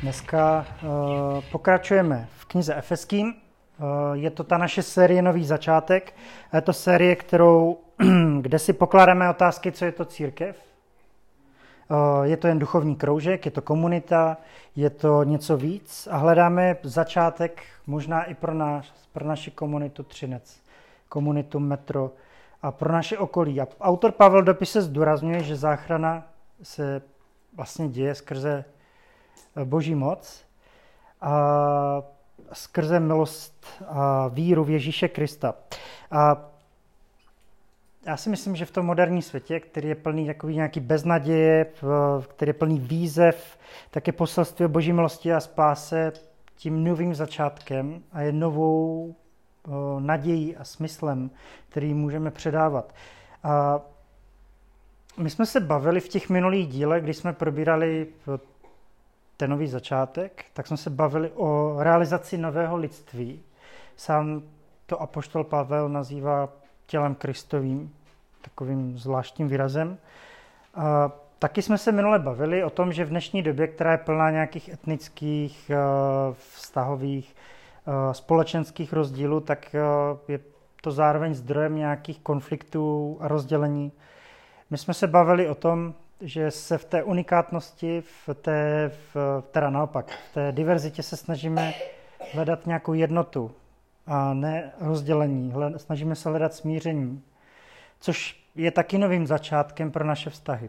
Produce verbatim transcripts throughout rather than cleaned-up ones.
Dneska uh, pokračujeme v knize Efeským. Uh, je to ta naše série Nový začátek. A je to série, kterou, kde si pokládáme otázky, co je to církev. Uh, je to jen duchovní kroužek, je to komunita, je to něco víc. A hledáme začátek možná i pro, náš, pro naši komunitu Třinec, komunitu Metro a pro naše okolí. A autor Pavel v dopise zdůrazňuje, že záchrana se vlastně děje skrze Boží moc a skrze milost a víru v Ježíše Krista. A já si myslím, že v tom moderním světě, který je plný takový nějaký beznaděje, který je plný výzev, tak je poselství o Boží milosti a spáse tím novým začátkem a je novou nadějí a smyslem, který můžeme předávat. A my jsme se bavili v těch minulých dílech, kdy jsme probírali ten nový začátek, tak jsme se bavili o realizaci nového lidství. Sám to apoštol Pavel nazývá tělem Kristovým, takovým zvláštním výrazem. A taky jsme se minule bavili o tom, že v dnešní době, která je plná nějakých etnických, vztahových, společenských rozdílů, tak je to zároveň zdrojem nějakých konfliktů a rozdělení. My jsme se bavili o tom, že se v té unikátnosti, v té, v, teda naopak, v té diverzitě se snažíme hledat nějakou jednotu a ne rozdělení. Hled, snažíme se hledat smíření, což je taky novým začátkem pro naše vztahy.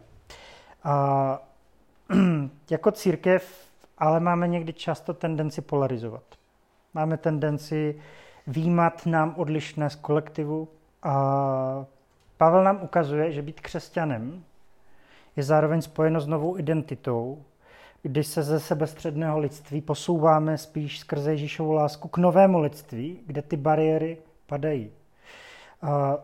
A jako církev ale máme někdy často tendenci polarizovat. Máme tendenci výjímat nám odlišné z kolektivu a Pavel nám ukazuje, že být křesťanem je zároveň spojeno s novou identitou, kdy se ze sebestředného lidství posouváme spíš skrze Ježíšovu lásku k novému lidství, kde ty bariéry padají. A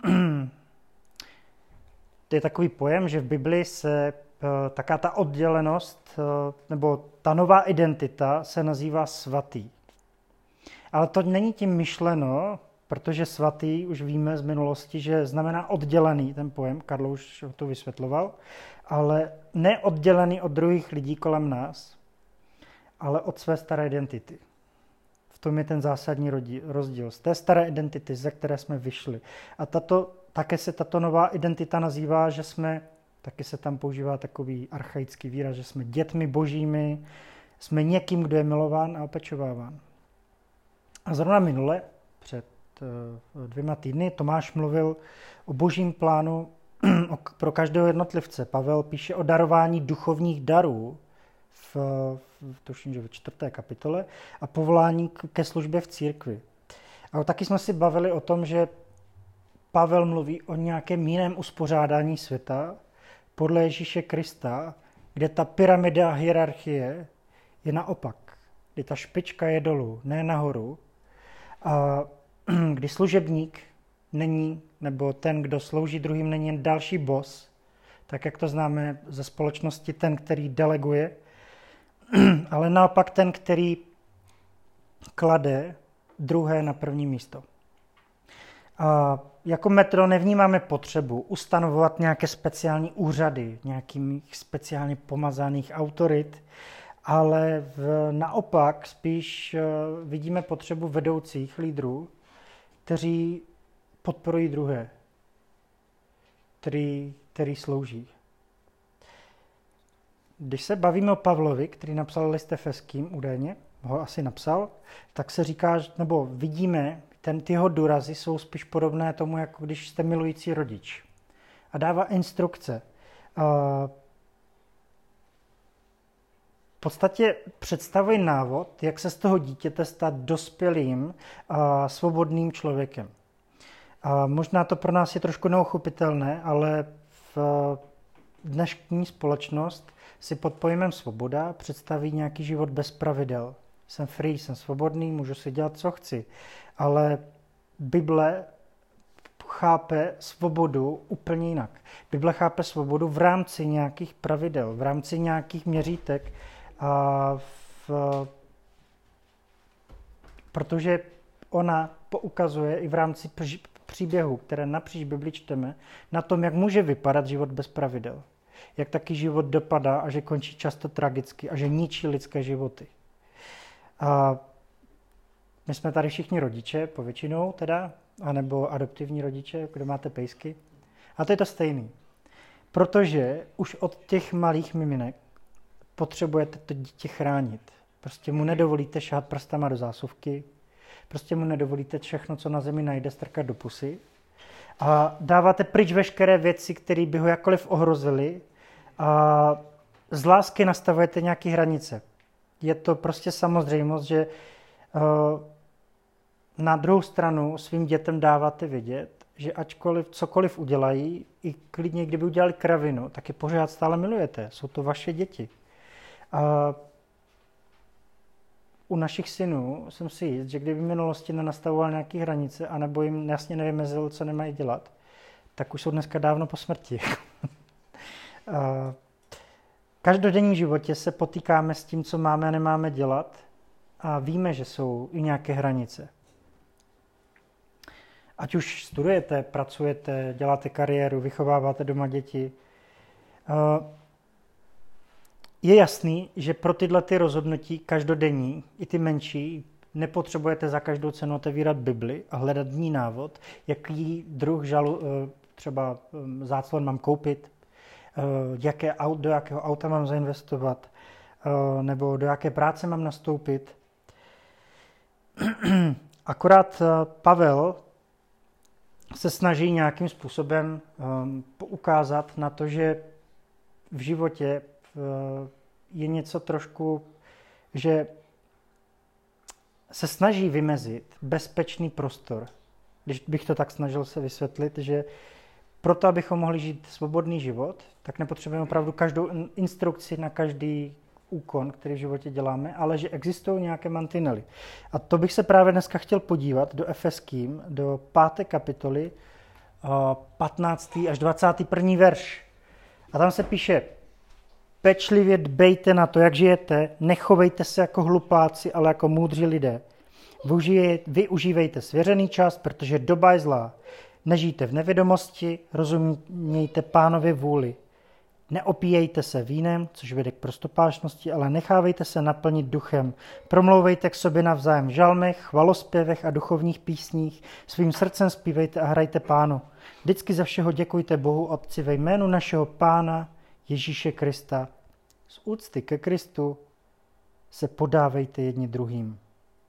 to je takový pojem, že v Bibli se taká ta oddělenost, nebo ta nová identita se nazývá svatý. Ale to není tím myšleno, protože svatý už víme z minulosti, že znamená oddělený ten pojem, Karlo už to vysvětloval, ale ne oddělený od druhých lidí kolem nás, ale od své staré identity. V tom je ten zásadní rozdíl. Z té staré identity, ze které jsme vyšli. A tato, také se tato nová identita nazývá, že jsme, taky se tam používá takový archaický výraz, že jsme dětmi božími, jsme někým, kdo je milován a opečováván. A zrovna minule, před dvěma týdny, Tomáš mluvil o božím plánu pro každého jednotlivce. Pavel píše o darování duchovních darů, v, v, tuším, že ve čtvrté kapitole, a povolání ke službě v církvi. A taky jsme si bavili o tom, že Pavel mluví o nějakém jiném uspořádání světa podle Ježíše Krista, kde ta pyramida hierarchie je naopak, kdy ta špička je dolů, ne nahoru. A kdy služebník není, nebo ten, kdo slouží druhým, není jen další boss, tak jak to známe ze společnosti, ten, který deleguje, ale naopak ten, který klade druhé na první místo. A jako Metro nevnímáme potřebu ustanovovat nějaké speciální úřady, nějakých speciálně pomazaných autorit, ale v, naopak spíš vidíme potřebu vedoucích lídrů, kteří podporují druhé, který, který slouží. Když se bavíme o Pavlovi, který napsal list Efeským údajně, ho asi napsal, tak se říká, nebo vidíme, ten, ty jeho důrazy jsou spíš podobné tomu, jako když jste milující rodič. A dává instrukce. V podstatě představuje návod, jak se z toho dítěte stát dospělým a svobodným člověkem. A možná to pro nás je trošku neuchopitelné, ale v dnešní společnost si pod pojmem svoboda představí nějaký život bez pravidel. Jsem free, jsem svobodný, můžu si dělat, co chci. Ale Bible chápe svobodu úplně jinak. Bible chápe svobodu v rámci nějakých pravidel, v rámci nějakých měřítek, a v, protože ona poukazuje i v rámci příběhů, které napříč Bibli čteme, na tom, jak může vypadat život bez pravidel. jak taky život dopadá a že končí často tragicky a že ničí lidské životy. A my jsme tady všichni rodiče, povětšinou teda, anebo adoptivní rodiče, kdo máte pejsky. A to je to stejný. Protože už od těch malých miminek potřebujete to dítě chránit. Prostě mu nedovolíte šahat prstama do zásuvky, prostě mu nedovolíte všechno, co na zemi najde, strkat do pusy. A dáváte pryč veškeré věci, které by ho jakkoliv ohrozily. A z lásky nastavujete nějaké hranice. Je to prostě samozřejmost, že uh, na druhou stranu svým dětem dáváte vědět, že ačkoliv cokoliv udělají, i klidně kdyby udělali kravinu, tak je pořád stále milujete. Jsou to vaše děti. A u našich synů jsem si jist, že kdyby v minulosti nenastavoval nějaké hranice, anebo jim jasně nevymezil, co nemají dělat, tak už jsou dneska dávno po smrti. V každodenním životě se potýkáme s tím, co máme a nemáme dělat a víme, že jsou i nějaké hranice. Ať už studujete, pracujete, děláte kariéru, vychováváte doma děti, je jasný, že pro tyhle ty rozhodnutí každodenní, i ty menší, nepotřebujete za každou cenu otevírat Bibli a hledat v ní návod, jaký druh žalu, třeba záclon mám koupit, jaké, do jakého auta mám zainvestovat, nebo do jaké práce mám nastoupit. Akorát Pavel se snaží nějakým způsobem poukázat na to, že v životě je něco trošku, že se snaží vymezit bezpečný prostor. Když bych to tak snažil se vysvětlit, že proto, abychom mohli žít svobodný život, tak nepotřebujeme opravdu každou instrukci na každý úkon, který v životě děláme, ale že existují nějaké mantinely. A to bych se právě dneska chtěl podívat do Efeským, do páté kapitoly, patnáctý až dvacátý první verš. A tam se píše: pečlivě dbejte na to, jak žijete, nechovejte se jako hlupáci, ale jako moudří lidé. Využívejte svěřený čas, protože doba je zlá. Nežijte v nevědomosti, rozumějte Pánově vůli. Neopíjejte se vínem, což vede k prostopášnosti, ale nechávejte se naplnit duchem. Promlouvejte k sobě navzájem v žalmech, chvalospěvech a duchovních písních. Svým srdcem zpívejte a hrajte Pánu. Vždycky za všeho děkujte Bohu Otci ve jménu našeho Pána Ježíše Krista. Z úcty ke Kristu se podávejte jedni druhým.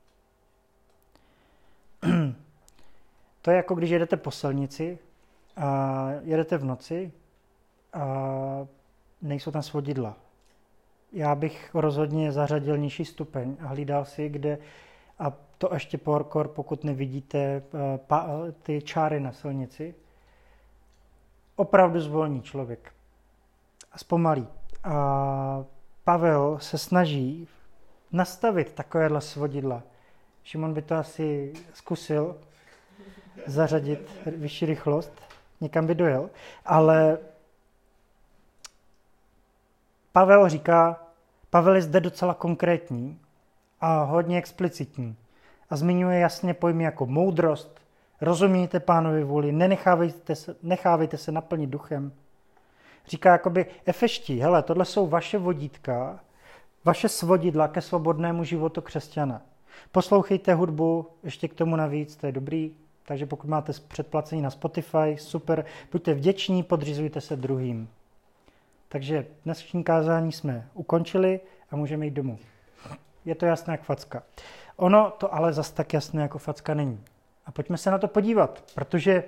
To je jako když jedete po silnici a jedete v noci a nejsou tam svodidla. Já bych rozhodně zařadil nižší stupeň a hlídal si, kde, a to ještě porkor, pokud nevidíte ty čáry na silnici, opravdu zvolní člověk a zpomalí. A Pavel se snaží nastavit takovéhle svodidla. Šimon by to asi zkusil zařadit vyšší rychlost, někam by dojel, ale Pavel říká, Pavel je zde docela konkrétní a hodně explicitní a zmiňuje jasně pojmy jako moudrost, rozumíte Pánovi vůli, nenechávejte se, nechávejte se naplnit duchem. Říká jakoby Efeští, hele, tohle jsou vaše vodítka, vaše svodidla ke svobodnému životu křesťana. Poslouchejte hudbu, ještě k tomu navíc, to je dobrý, takže pokud máte předplacení na Spotify, super, buďte vděční, podřizujte se druhým. Takže dnešní kázání jsme ukončili a můžeme jít domů. Je to jasné jak facka. Ono to ale zas tak jasné jako facka není. A pojďme se na to podívat, protože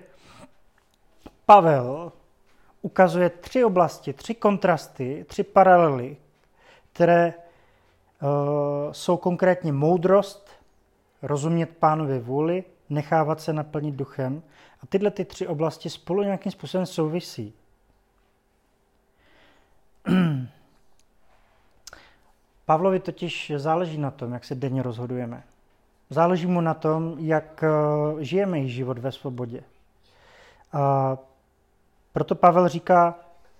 Pavel ukazuje tři oblasti, tři kontrasty, tři paralely, které uh, jsou konkrétně moudrost, rozumět Pánově vůli, nechávat se naplnit duchem. A tyhle ty tři oblasti spolu nějakým způsobem souvisí. Pavlovi totiž záleží na tom, jak se denně rozhodujeme. Záleží mu na tom, jak žijeme její život ve svobodě. A proto Pavel říká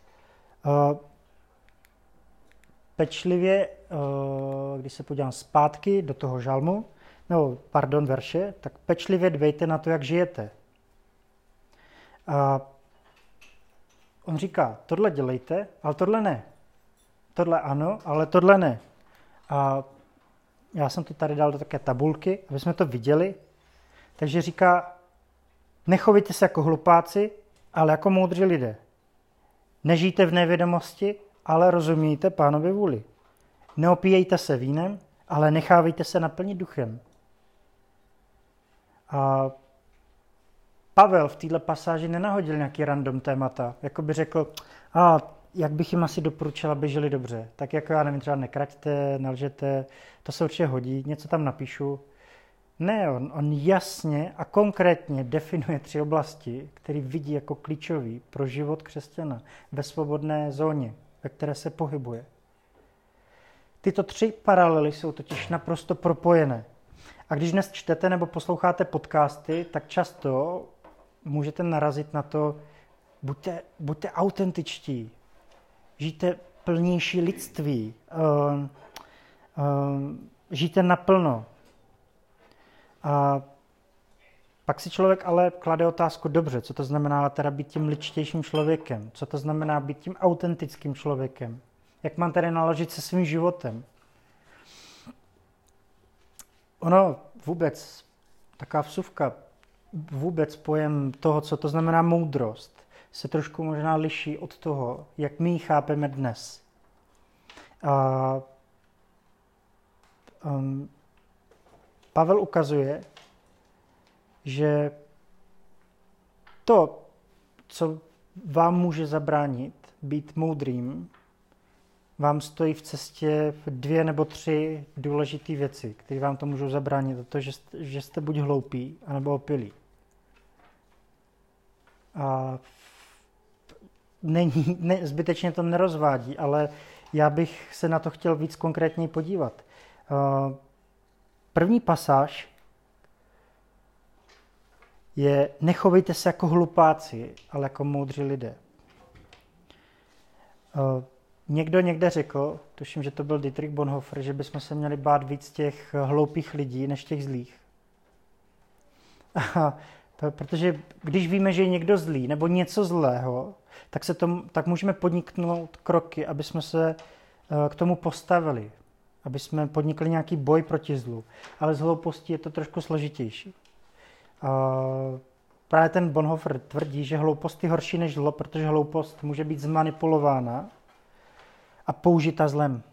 pečlivě, když se podívám zpátky do toho žalmu, nebo pardon, verše, tak pečlivě dbejte na to, jak žijete. A on říká, tohle dělejte, ale tohle ne. Tohle ano, ale tohle ne. A já jsem to tady dal do také tabulky, aby jsme to viděli. Takže říká, nechovejte se jako hlupáci, ale jako moudří lidé. Nežijte v nevědomosti, ale rozumějte Pánovi vůli. Neopíjejte se vínem, ale nechávejte se naplnit duchem. A Pavel v této pasáži nenahodil nějaký random témata. Jako by řekl, a jak bych jim asi doporučil, aby žili dobře. Tak jako já nevím, třeba nekraťte, nelžete, to se určitě hodí, něco tam napíšu. Ne, on, on jasně a konkrétně definuje tři oblasti, které vidí jako klíčový pro život křesťana ve svobodné zóně, ve které se pohybuje. Tyto tři paralely jsou totiž naprosto propojené. A když dnes čtete nebo posloucháte podcasty, tak často můžete narazit na to, buďte, buďte autentičtí, žijte plnější lidství, uh, uh, žijte naplno. A pak si člověk ale klade otázku, dobře, co to znamená teda být tím ličtějším člověkem, co to znamená být tím autentickým člověkem, jak mám tedy naložit se svým životem. Ono vůbec, taková vsuvka, vůbec pojem toho, co to znamená moudrost, se trošku možná liší od toho, jak my ji chápeme dnes. A, um, Pavel ukazuje, že to, co vám může zabránit být moudrým, vám stojí v cestě dvě nebo tři důležité věci, které vám to můžou zabránit. A to, že jste, že jste buď hloupí, anebo opilí. A není, ne, zbytečně to nerozvádí, ale já bych se na to chtěl víc konkrétně podívat. První pasáž je nechovejte se jako hlupáci, ale jako moudří lidé. Někdo někde řekl, tuším, že to byl Dietrich Bonhoeffer, že bychom se měli bát víc těch hloupých lidí, než těch zlých. A protože když víme, že je někdo zlý nebo něco zlého, tak, se tom, tak můžeme podniknout kroky, aby jsme se k tomu postavili, aby jsme podnikli nějaký boj proti zlu. Ale z hlouposti je to trošku složitější. A právě ten Bonhoeffer tvrdí, že hloupost je horší než zlo, protože hloupost může být zmanipulována a použita zlem.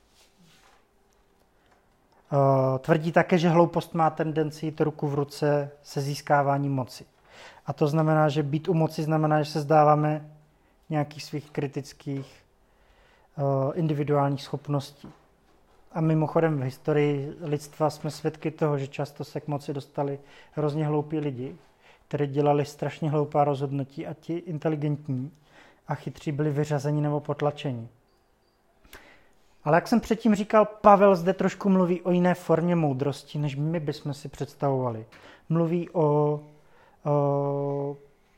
Tvrdí také, že hloupost má tendenci jít ruku v ruce se získáváním moci. A to znamená, že být u moci znamená, že se zdáváme nějakých svých kritických individuálních schopností. A mimochodem v historii lidstva jsme svědky toho, že často se k moci dostali hrozně hloupí lidi, kteří dělali strašně hloupá rozhodnutí a ti inteligentní a chytří byli vyřazeni nebo potlačeni. Ale jak jsem předtím říkal, Pavel zde trošku mluví o jiné formě moudrosti, než my bychom si představovali. Mluví o, o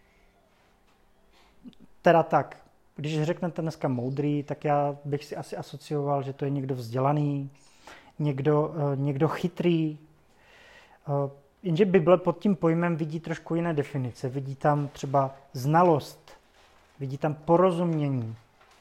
teda tak, když řeknete dneska moudrý, tak já bych si asi asocioval, že to je někdo vzdělaný, někdo, někdo chytrý. Jenže Bible pod tím pojmem vidí trošku jiné definice. Vidí tam třeba znalost, vidí tam porozumění.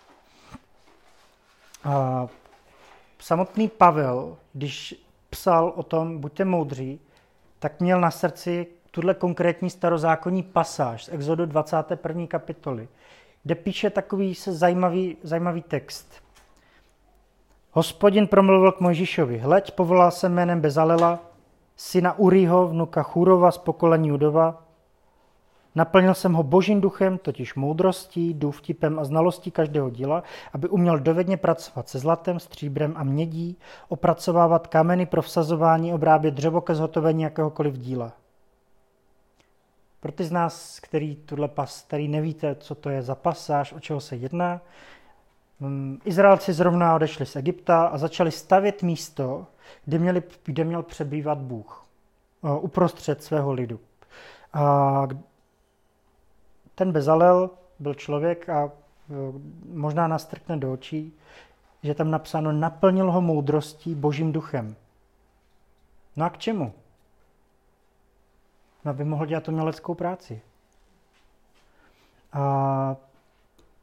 A samotný Pavel, když psal o tom, buďte moudří, tak měl na srdci tuhle konkrétní starozákonní pasáž z Exodu dvacáté první kapitoly, kde píše takový se zajímavý, zajímavý text. Hospodin promluvil k Mojžíšovi, hleď, povolal jsem jménem Bezalela, syna Uriho, vnuka Chůrova z pokolení Judova. Naplnil jsem ho božím duchem, totiž moudrostí, důvtipem a znalostí každého díla, aby uměl dovedně pracovat se zlatem, stříbrem a mědí, opracovávat kameny pro vsazování, obrábět dřevo ke zhotovení jakéhokoliv díla. Pro ty z nás, který, tuhle pas, který nevíte, co to je za pasáž, o čeho se jedná, Izraelci zrovna odešli z Egypta a začali stavět místo, kde, měli, kde měl přebývat Bůh, uprostřed svého lidu. A ten Bezalel byl člověk a možná nás trkne do očí, že tam napsáno, naplnil ho moudrostí božím duchem. No a k čemu? No, aby mohl dělat uměleckou práci. A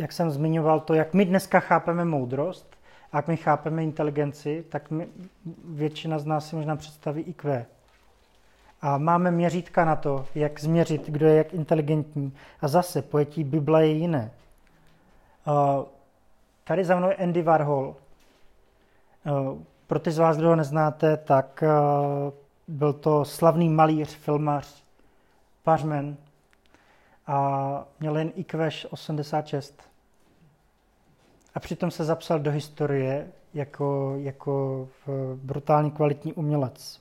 jak jsem zmiňoval to, jak my dneska chápeme moudrost, a jak my chápeme inteligenci, tak my, většina z nás si možná představí í kvé. A máme měřítka na to, jak změřit, kdo je jak inteligentní. A zase pojetí Bible je jiné. Uh, tady za mnou je Andy Warhol. Uh, pro ty z vás, kdo ho neznáte, tak uh, byl to slavný malíř, filmař, pařmen a měl jen í kvé osmdesát šest. A přitom se zapsal do historie jako, jako brutálně kvalitní umělec.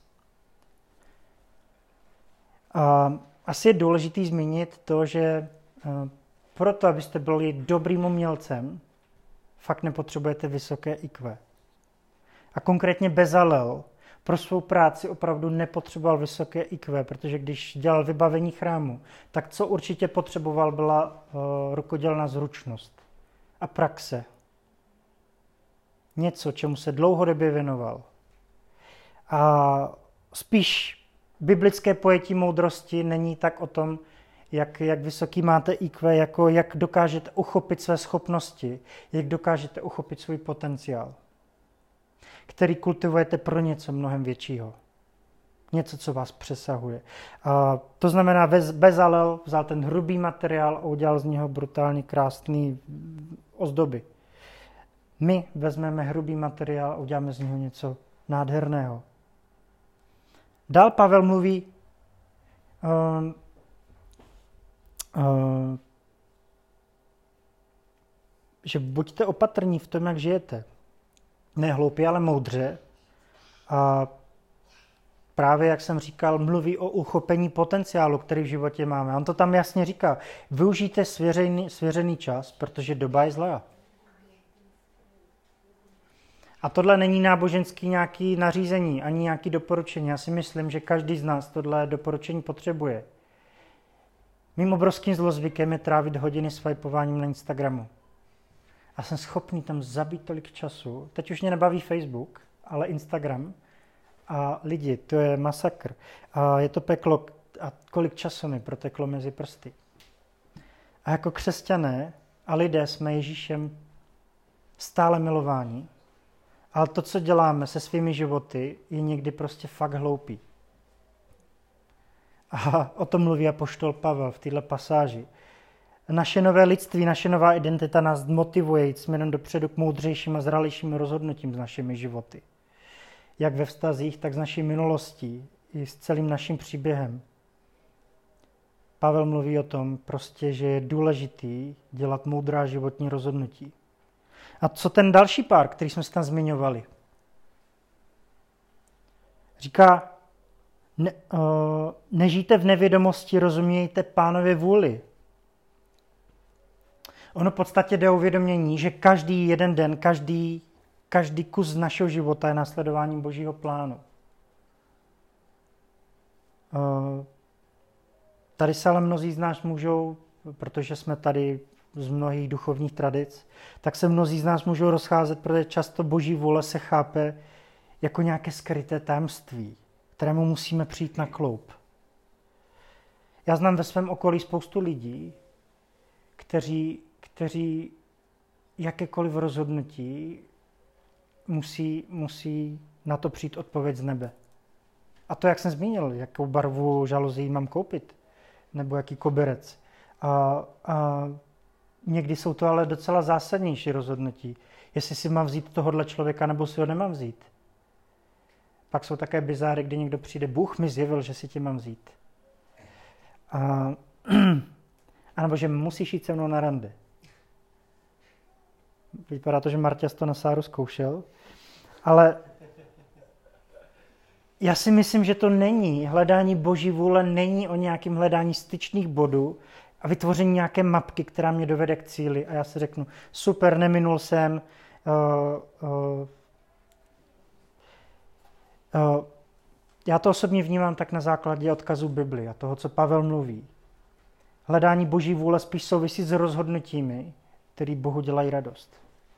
A asi je důležité zmínit to, že proto, abyste byli dobrým umělcem, fakt nepotřebujete vysoké í kvé. A konkrétně Bezalel pro svou práci opravdu nepotřeboval vysoké í kvé, protože když dělal vybavení chrámu, tak co určitě potřeboval, byla uh, rukodělná zručnost a praxe. Něco, čemu se dlouhodobě věnoval. A spíš biblické pojetí moudrosti není tak o tom, jak, jak vysoký máte í kvé, jako jak dokážete uchopit své schopnosti, jak dokážete uchopit svůj potenciál, který kultivujete pro něco mnohem většího. Něco, co vás přesahuje. A to znamená, Bezalel vzal ten hrubý materiál a udělal z něho brutálně krásný ozdoby. My vezmeme hrubý materiál a uděláme z něho něco nádherného. Dál Pavel mluví, uh, uh, že buďte opatrní v tom, jak žijete. Ne hloupě, ale moudře. A právě, jak jsem říkal, mluví o uchopení potenciálu, který v životě máme. On to tam jasně říká. Využijte svěřený, svěřený čas, protože doba je zlá. A tohle není náboženský nějaký nařízení, ani nějaký doporučení. Já si myslím, že každý z nás tohle doporučení potřebuje. Mým obrovským zlozvykem je trávit hodiny swipováním na Instagramu. A jsem schopný tam zabít tolik času. Teď už mě nebaví Facebook, ale Instagram. A lidi, to je masakr. A je to peklo. A kolik času mi proteklo mezi prsty. A jako křesťané a lidé jsme Ježíšem stále milováni. Ale to, co děláme se svými životy, je někdy prostě fakt hloupý. A o tom mluví apoštol Pavel v této pasáži. Naše nové lidství, naše nová identita nás motivuje jít směrem dopředu k moudřejším a zralejším rozhodnutím s našimi životy. Jak ve vztazích, tak s naší minulostí i s celým naším příběhem. Pavel mluví o tom prostě, že je důležitý dělat moudrá životní rozhodnutí. A co ten další pár, který jsme se tam zmiňovali? Říká, ne, uh, nežijte v nevědomosti, rozumějte Pánově vůli. Ono v podstatě jde o uvědomění, že každý jeden den, každý, každý kus našeho života je následováním Božího plánu. Uh, tady se ale mnozí z nás můžou, protože jsme tady z mnohých duchovních tradic, tak se mnozí z nás můžou rozcházet, protože často Boží vůle se chápe jako nějaké skryté tajemství, kterému musíme přijít na kloub. Já znám ve svém okolí spoustu lidí, kteří, kteří jakékoliv rozhodnutí musí, musí na to přijít odpověď z nebe. A to, jak jsem zmínil, jakou barvu žaluzí mám koupit, nebo jaký koberec. A, a někdy jsou to ale docela zásadnější rozhodnutí, jestli si mám vzít tohohle člověka, nebo si ho nemám vzít. Pak jsou také bizáry, kdy někdo přijde, Bůh mi zjevil, že si tě mám vzít. A, a nebo že musíš jít se mnou na rande. Vypadá to, že Marťas to na Sáru zkoušel, ale já si myslím, že to není. Hledání Boží vůle není o nějakém hledání styčných bodů a vytvoření nějaké mapky, která mě dovede k cíli. A já si řeknu, super, neminul jsem. Uh, uh, uh, já to osobně vnímám tak na základě odkazů Bibli a toho, co Pavel mluví. Hledání Boží vůle spíš souvisí s rozhodnutími, které Bohu dělají radost.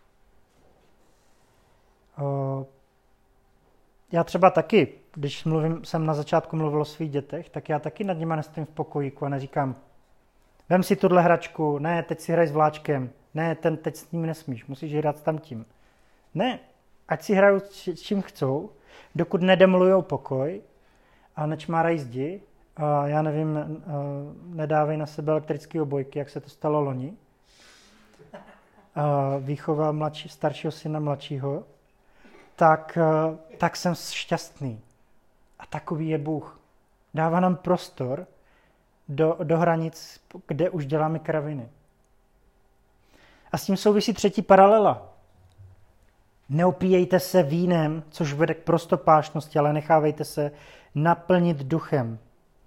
Uh, já třeba taky, když mluvím, jsem na začátku mluvil o svých dětech, tak já taky nad nima nestojím v pokojíku a neříkám, vem si tuhle hračku, ne, teď si hraj s vláčkem, Ne, ten teď s ním nesmíš, musíš hrát s tamtím. Ne, ať si hrajou s čím chcou, dokud nedemolujou pokoj a nečmárají zdi a já nevím, nedávají na sebe elektrické obojky, jak se to stalo loni. A výchova mladší, staršího syna mladšího, tak, tak jsem šťastný. A takový je Bůh. Dává nám prostor do, do hranic, kde už děláme kraviny. A s tím souvisí třetí paralela. Neopíjejte se vínem, což vede k prostopášnosti, ale nechávejte se naplnit duchem.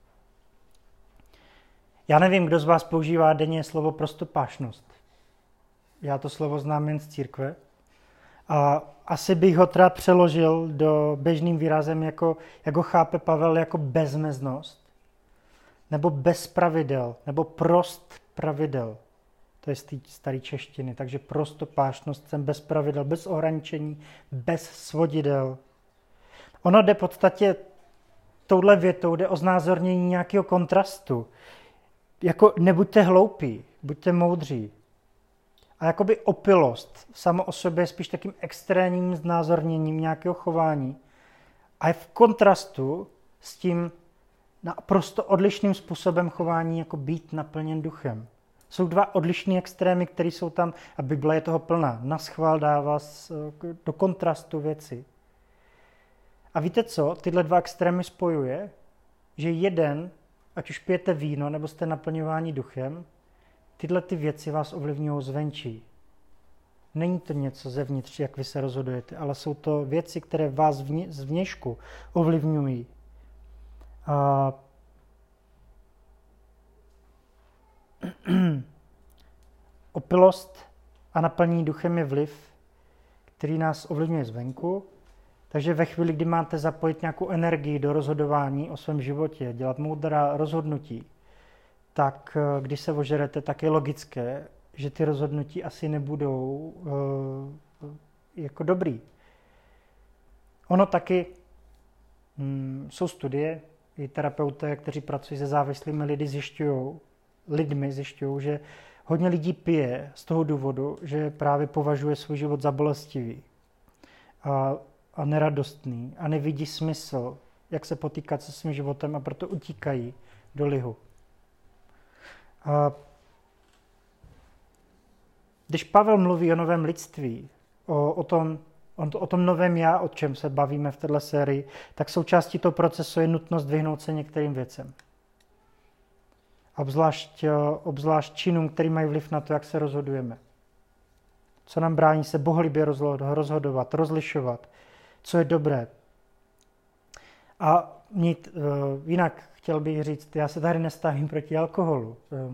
Já nevím, kdo z vás používá denně slovo prostopášnost. Já to slovo znám jen z církve. A asi bych ho teda přeložil do běžným výrazem, jako, jak ho chápe Pavel, jako bezmeznost. Nebo bez pravidel, nebo prost pravidel. To je z té staré češtiny. Takže prostopášnost, jsem bez pravidel, bez ohraničení, bez svodidel. Ono jde v podstatě, touhle větou jde o znázornění nějakého kontrastu. Jako nebuďte hloupí, buďte moudří. A jakoby opilost samo o sobě je spíš takým extrémním znázorněním nějakého chování. A je v kontrastu s tím naprosto odlišným způsobem chování, jako být naplněn duchem. Jsou dva odlišné extrémy, které jsou tam, a Bible je toho plná. Naschvál dává do kontrastu věci. A víte co? Tyhle dva extrémy spojuje, že jeden, ať už pijete víno, nebo jste naplňováni duchem, tyhle ty věci vás ovlivňují zvenčí. Není to něco zevnitř, jak vy se rozhodujete, ale jsou to věci, které vás zvnějšku ovlivňují. A opilost a naplnění duchem je vliv, který nás ovlivňuje zvenku. Takže ve chvíli, kdy máte zapojit nějakou energii do rozhodování o svém životě, dělat moudrá rozhodnutí, tak když se ožerete, tak je logické, že ty rozhodnutí asi nebudou uh, jako dobrý. Ono taky hm, jsou studie, i terapeuté, kteří pracují se závislými lidi, zjišťují, lidmi zjišťují, že hodně lidí pije z toho důvodu, že právě považuje svůj život za bolestivý a, a neradostný a nevidí smysl, jak se potýkat se svým životem, a proto utíkají do lihu. A když Pavel mluví o novém lidství, o, o, tom, o, o tom novém já, o čem se bavíme v této sérii, tak součástí toho procesu je nutnost vyhnout se některým věcem. Obzvlášť, obzvlášť činům, který mají vliv na to, jak se rozhodujeme. Co nám brání se bohulibě rozhodovat, rozlišovat, co je dobré. A mít, jinak chtěl bych říct, já se tady nestavím proti alkoholu.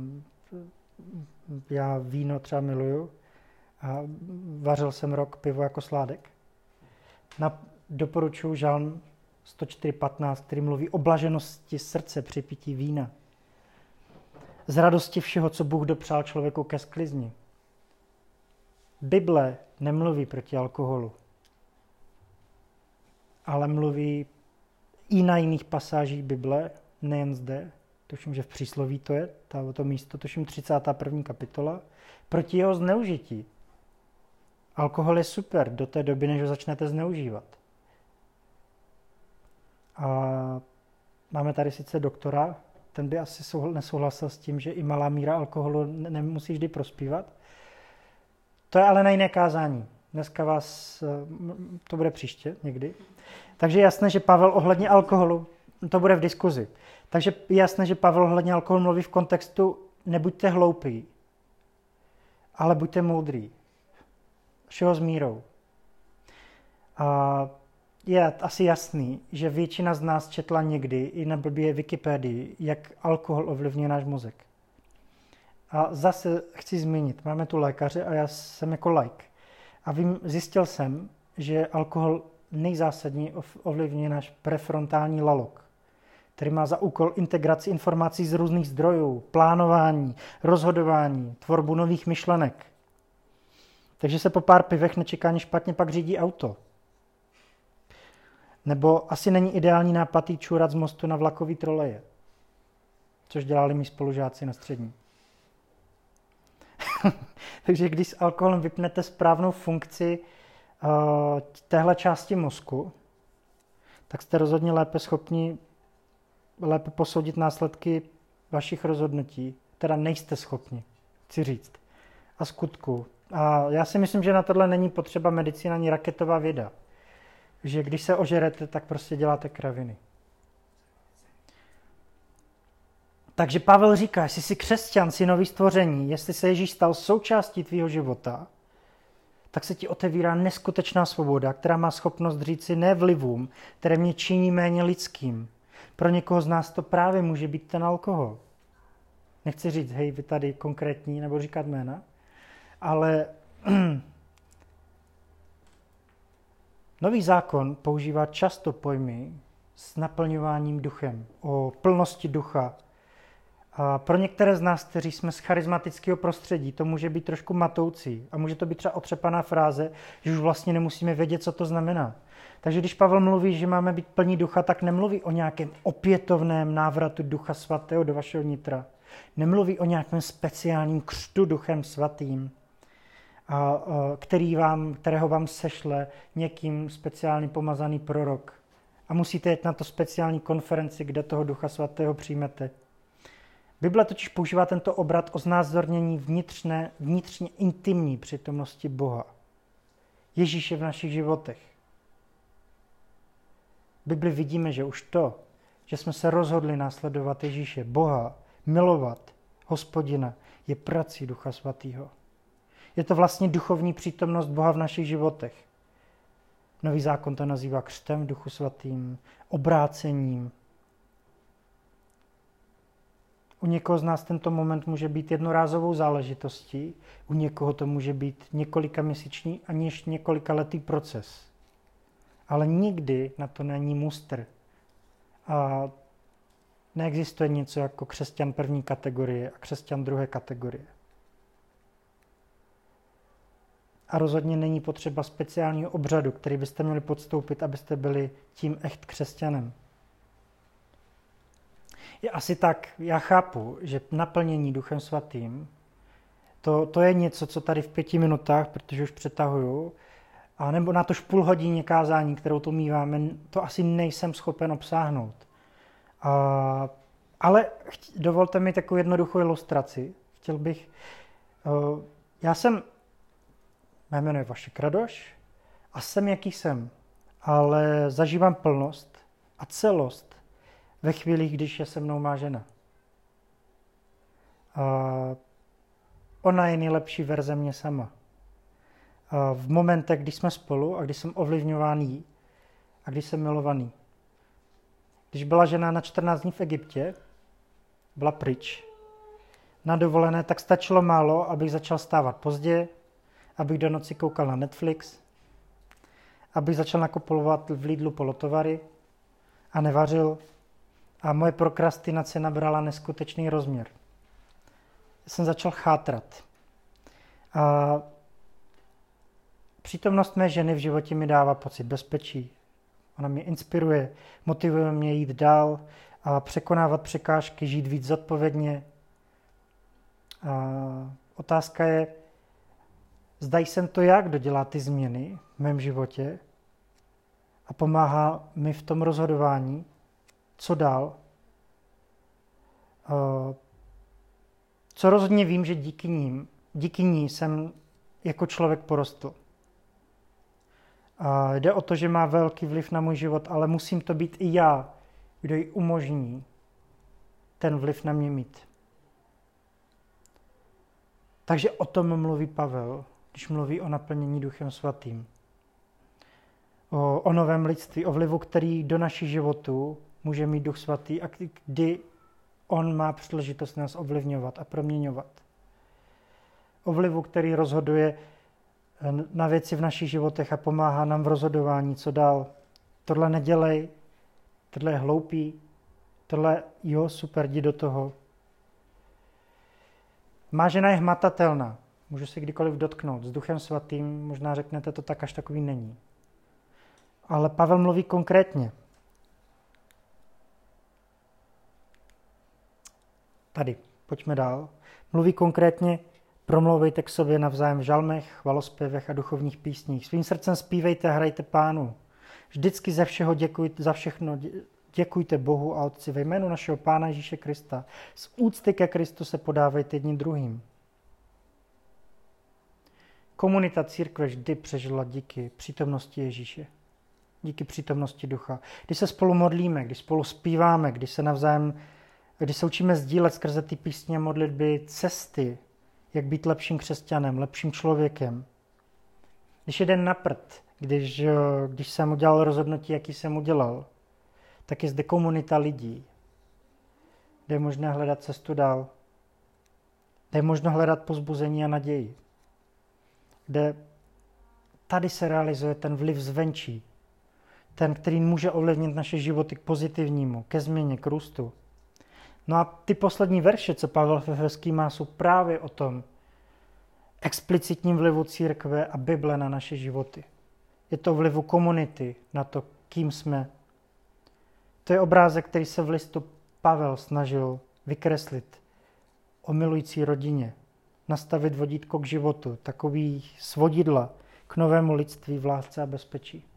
Já víno třeba miluju a vařil jsem rok pivo jako sládek. Na, doporučuji žalm sto čtyři patnáct, který mluví o blaženosti srdce při pití vína. Z radosti všeho, co Bůh dopřál člověku ke sklizni. Bible nemluví proti alkoholu, ale mluví i na jiných pasážích Bible, nejen zde, tuším, že v přísloví to je, to místo, tuším třicátá první kapitola, proti jeho zneužití. Alkohol je super do té doby, než ho začnete zneužívat. A máme tady sice doktora, ten by asi nesouhlasil s tím, že i malá míra alkoholu nemusí vždy prospívat. To je ale na jiné kázání. Dneska vás, to bude příště někdy. Takže je jasné, že Pavel ohledně alkoholu, to bude v diskuzi. Takže je jasné, že Pavel ohledně alkoholu mluví v kontextu nebuďte hloupí, ale buďte moudrý. Všeho s mírou. A je asi jasný, že většina z nás četla někdy i na blbě Wikipedii, jak alkohol ovlivňuje náš mozek. A zase chci zmínit, máme tu lékaře a já jsem jako laik. A vím, zjistil jsem, že alkohol nejzásadněji ovlivňuje náš prefrontální lalok, který má za úkol integraci informací z různých zdrojů, plánování, rozhodování, tvorbu nových myšlenek. Takže se po pár pivech nečekání špatně pak řídí auto. Nebo asi není ideální nápad jít čůrat z mostu na vlakový troleje, což dělali mý spolužáci na střední. Takže když s alkoholem vypnete správnou funkci uh, téhle části mozku, tak jste rozhodně lépe schopni lépe posoudit následky vašich rozhodnutí. Teda nejste schopni, chci říct. A skutku. A já si myslím, že na tohle není potřeba medicína ani raketová věda. Že když se ožerete, tak prostě děláte kraviny. Takže Pavel říká, jestli jsi křesťan, jsi nový stvoření, jestli se Ježíš stal součástí tvýho života, tak se ti otevírá neskutečná svoboda, která má schopnost říci ne vlivům, které mě činí méně lidským. Pro někoho z nás to právě může být ten alkohol. Nechci říct, hej, vy tady konkrétní, nebo říkat jména, ale Nový zákon používá často pojmy s naplňováním duchem, o plnosti ducha. A pro některé z nás, kteří jsme z charismatického prostředí, to může být trošku matoucí a může to být třeba otřepaná fráze, že už vlastně nemusíme vědět, co to znamená. Takže když Pavel mluví, že máme být plní ducha, tak nemluví o nějakém opětovném návratu Ducha Svatého do vašeho nitra. Nemluví o nějakém speciálním křtu Duchem Svatým, a, a, který vám, kterého vám sešle někým speciálně pomazaný prorok. A musíte jít na to speciální konferenci, kde toho Ducha Svatého přijmete. Bible totiž používá tento obrat o znázornění vnitřné, vnitřně intimní přítomnosti Boha. Ježíše v našich životech. V Bibli vidíme, že už to, že jsme se rozhodli následovat Ježíše, Boha, milovat Hospodina, je prací Ducha Svatého. Je to vlastně duchovní přítomnost Boha v našich životech. Nový zákon to nazývá křtem v Duchu Svatým, obrácením. U někoho z nás tento moment může být jednorázovou záležitostí, u někoho to může být několika měsíční ani ještě několika letý proces. Ale nikdy na to není mustr. A neexistuje něco jako křesťan první kategorie a křesťan druhé kategorie. A rozhodně není potřeba speciálního obřadu, který byste měli podstoupit, abyste byli tím echt křesťanem. Je asi tak, já chápu, že naplnění Duchem Svatým, to, to je něco, co tady v pěti minutách, protože už přetahuju, a nebo na tož půl hodině kázání, kterou tu míváme, to asi nejsem schopen obsáhnout. A, ale dovolte mi takovou jednoduchou ilustraci. Chtěl bych, uh, já jsem, mé jméno je Vašek Radoš a jsem, jaký jsem, ale zažívám plnost a celost ve chvílích, když je se mnou má žena. A ona je nejlepší verze mě sama. A v momentech, kdy jsme spolu a když jsem ovlivňovaný a když jsem milovaný. Když byla žena na čtrnáct dní v Egyptě, byla pryč, na dovolené, tak stačilo málo, abych začal stávat pozdě, abych do noci koukal na Netflix, abych začal nakupovat v Lidlu polotovary a nevařil. A moje prokrastinace nabrala neskutečný rozměr. Jsem začal chátrat. A přítomnost mé ženy v životě mi dává pocit bezpečí. Ona mě inspiruje, motivuje mě jít dál a překonávat překážky, žít víc zodpovědně. A otázka je, zda jsem to já, kdo dělá ty změny v mém životě a pomáhá mi v tom rozhodování, co dál. Co rozhodně vím, že díky ním, díky ní jsem jako člověk porostl. A jde o to, že má velký vliv na můj život, ale musím to být i já, kdo jí umožní ten vliv na mě mít. Takže o tom mluví Pavel, když mluví o naplnění Duchem Svatým. O, o novém lidství, o vlivu, který do našich životů může mít Duch Svatý a kdy on má příležitost nás ovlivňovat a proměňovat. O vlivu, který rozhoduje na věci v našich životech a pomáhá nám v rozhodování, co dál. Tohle nedělej, tohle je hloupý, tohle jo, super, jdi do toho. Má žena je hmatatelná, můžu si kdykoliv dotknout. S Duchem Svatým možná řeknete, to tak až takový není. Ale Pavel mluví konkrétně. Tady, pojďme dál. Mluví konkrétně, Promlouvejte k sobě navzájem v žalmech, chvalospěvech a duchovních písních. Svým srdcem zpívejte a hrajte Pánu. Vždycky ze všeho děkujte, za všechno děkujte Bohu a Otci ve jménu našeho Pána Ježíše Krista. Z úcty ke Kristu se podávejte jedním druhým. Komunita církve vždy přežila díky přítomnosti Ježíše. Díky přítomnosti Ducha. Když se spolu modlíme, když spolu zpíváme, když se navzájem, když se učíme sdílet skrze ty písně a modlitby cesty, jak být lepším křesťanem, lepším člověkem. Když jeden na prd, když, když jsem udělal rozhodnutí, jaký jsem udělal, tak je zde komunita lidí, kde je možné hledat cestu dál, kde je možno hledat povzbuzení a naději, kde tady se realizuje ten vliv zvenčí, ten, který může ovlivnit naše životy k pozitivnímu, ke změně, k růstu. No a ty poslední verše, co Pavel Efeský má, jsou právě o tom explicitním vlivu církve a Bible na naše životy. Je to vlivu komunity na to, kým jsme. To je obrázek, který se v listu Pavel snažil vykreslit o milující rodině, nastavit vodítko k životu, takový svodidla k novému lidství v lásce a bezpečí.